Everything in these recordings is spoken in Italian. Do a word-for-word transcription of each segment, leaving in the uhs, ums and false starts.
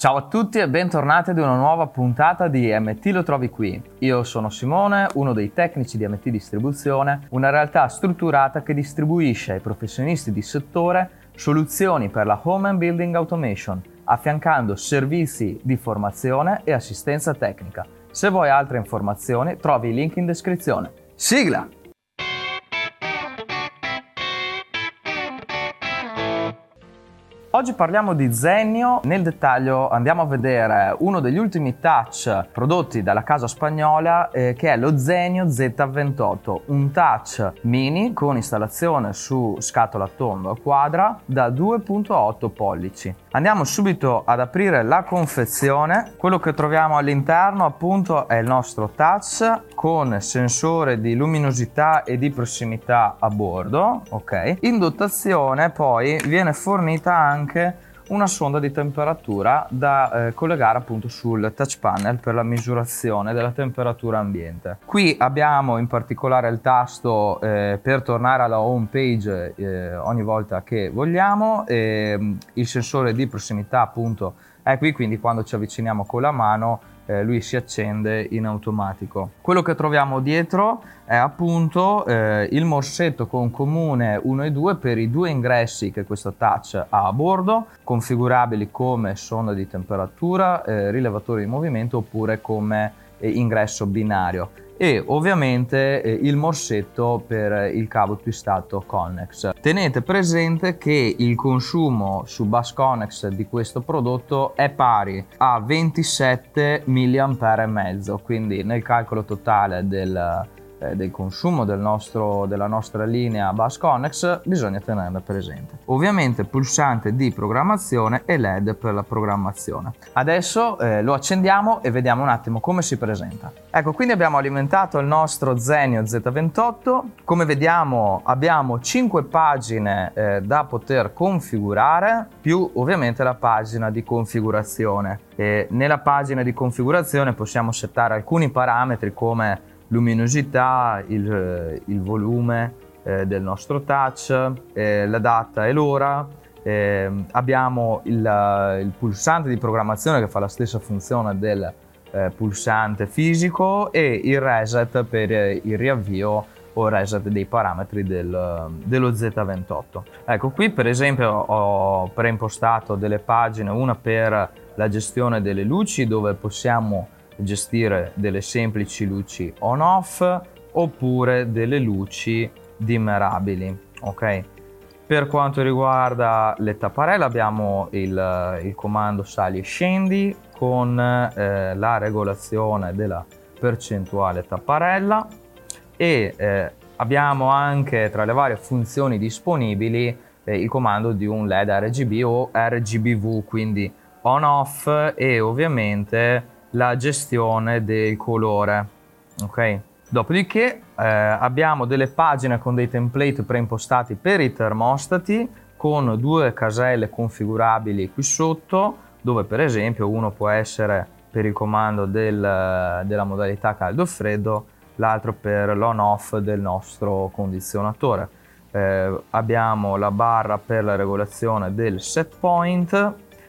Ciao a tutti e bentornati ad una nuova puntata di M T lo trovi qui. Io sono Simone, uno dei tecnici di M T Distribuzione, una realtà strutturata che distribuisce ai professionisti di settore soluzioni per la Home and Building Automation, affiancando servizi di formazione e assistenza tecnica. Se vuoi altre informazioni, trovi i link in descrizione. Sigla! Oggi parliamo di Zenio, nel dettaglio andiamo a vedere uno degli ultimi touch prodotti dalla casa spagnola eh, che è lo Zenio Z ventotto, un touch mini con installazione su scatola tonda o quadra da due virgola otto pollici. Andiamo subito ad aprire la confezione. Quello che troviamo all'interno appunto è il nostro touch con sensore di luminosità e di prossimità a bordo, ok? In dotazione poi viene fornita anche una sonda di temperatura da eh, collegare appunto sul touch panel per la misurazione della temperatura ambiente. Qui abbiamo in particolare il tasto eh, per tornare alla home page eh, ogni volta che vogliamo, e il sensore di prossimità appunto è qui, quindi quando ci avviciniamo con la mano Eh, lui si accende in automatico. Quello che troviamo dietro è appunto eh, il morsetto con comune uno e due per i due ingressi che questo touch ha a bordo, configurabili come sonda di temperatura, eh, rilevatore di movimento oppure come eh, ingresso binario, e ovviamente eh, il morsetto per il cavo twistato Connex. Tenete presente che il consumo su bus Connex di questo prodotto è pari a ventisette milliamperi e mezzo, quindi nel calcolo totale del del consumo del nostro, della nostra linea bus Connex bisogna tenerla presente. Ovviamente pulsante di programmazione e L E D per la programmazione. Adesso eh, lo accendiamo e vediamo un attimo come si presenta. Ecco, quindi abbiamo alimentato il nostro Zenio Z ventotto. Come vediamo abbiamo cinque pagine eh, da poter configurare, più ovviamente la pagina di configurazione. E nella pagina di configurazione possiamo settare alcuni parametri come luminosità, il, il volume eh, del nostro touch, eh, la data e l'ora. Eh, abbiamo il, il pulsante di programmazione che fa la stessa funzione del eh, pulsante fisico, e il reset per eh, il riavvio o reset dei parametri del, dello Z ventotto. Ecco, qui per esempio ho preimpostato delle pagine, una per la gestione delle luci dove possiamo gestire delle semplici luci on off oppure delle luci dimmerabili, ok? Per quanto riguarda le tapparelle abbiamo il, il comando sali e scendi con eh, la regolazione della percentuale tapparella, e eh, abbiamo anche tra le varie funzioni disponibili eh, il comando di un L E D R G B o R G B V, quindi on off, e ovviamente la gestione del colore, ok? Dopodiché eh, abbiamo delle pagine con dei template preimpostati per i termostati con due caselle configurabili qui sotto, dove per esempio uno può essere per il comando del, della modalità caldo o freddo, l'altro per l'on off del nostro condizionatore. Eh, abbiamo la barra per la regolazione del set point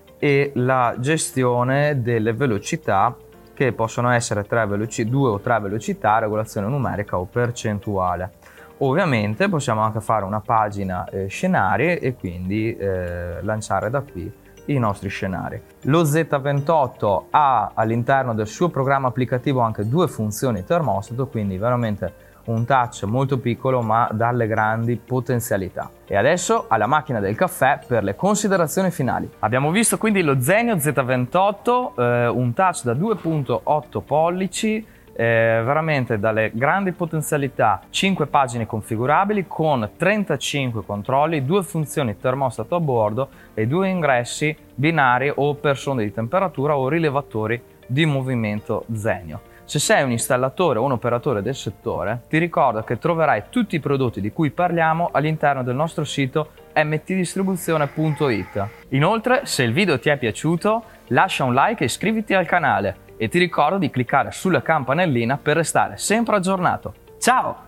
e la gestione delle velocità, che possono essere tre veloci- due o tre velocità, regolazione numerica o percentuale. Ovviamente possiamo anche fare una pagina eh, scenari e quindi eh, lanciare da qui i nostri scenari. Lo Z ventotto ha all'interno del suo programma applicativo anche due funzioni termostato, quindi veramente un touch molto piccolo ma dalle grandi potenzialità. E adesso alla macchina del caffè per le considerazioni finali. Abbiamo visto quindi lo Zenio Z ventotto, eh, un touch da due virgola otto pollici, eh, veramente dalle grandi potenzialità, cinque pagine configurabili con trentacinque controlli, due funzioni termostato a bordo e due ingressi binari o per sonde di temperatura o rilevatori di movimento Zenio. Se sei un installatore o un operatore del settore, ti ricordo che troverai tutti i prodotti di cui parliamo all'interno del nostro sito m t distribuzione punto i t. Inoltre, se il video ti è piaciuto, lascia un like e iscriviti al canale, e ti ricordo di cliccare sulla campanellina per restare sempre aggiornato. Ciao!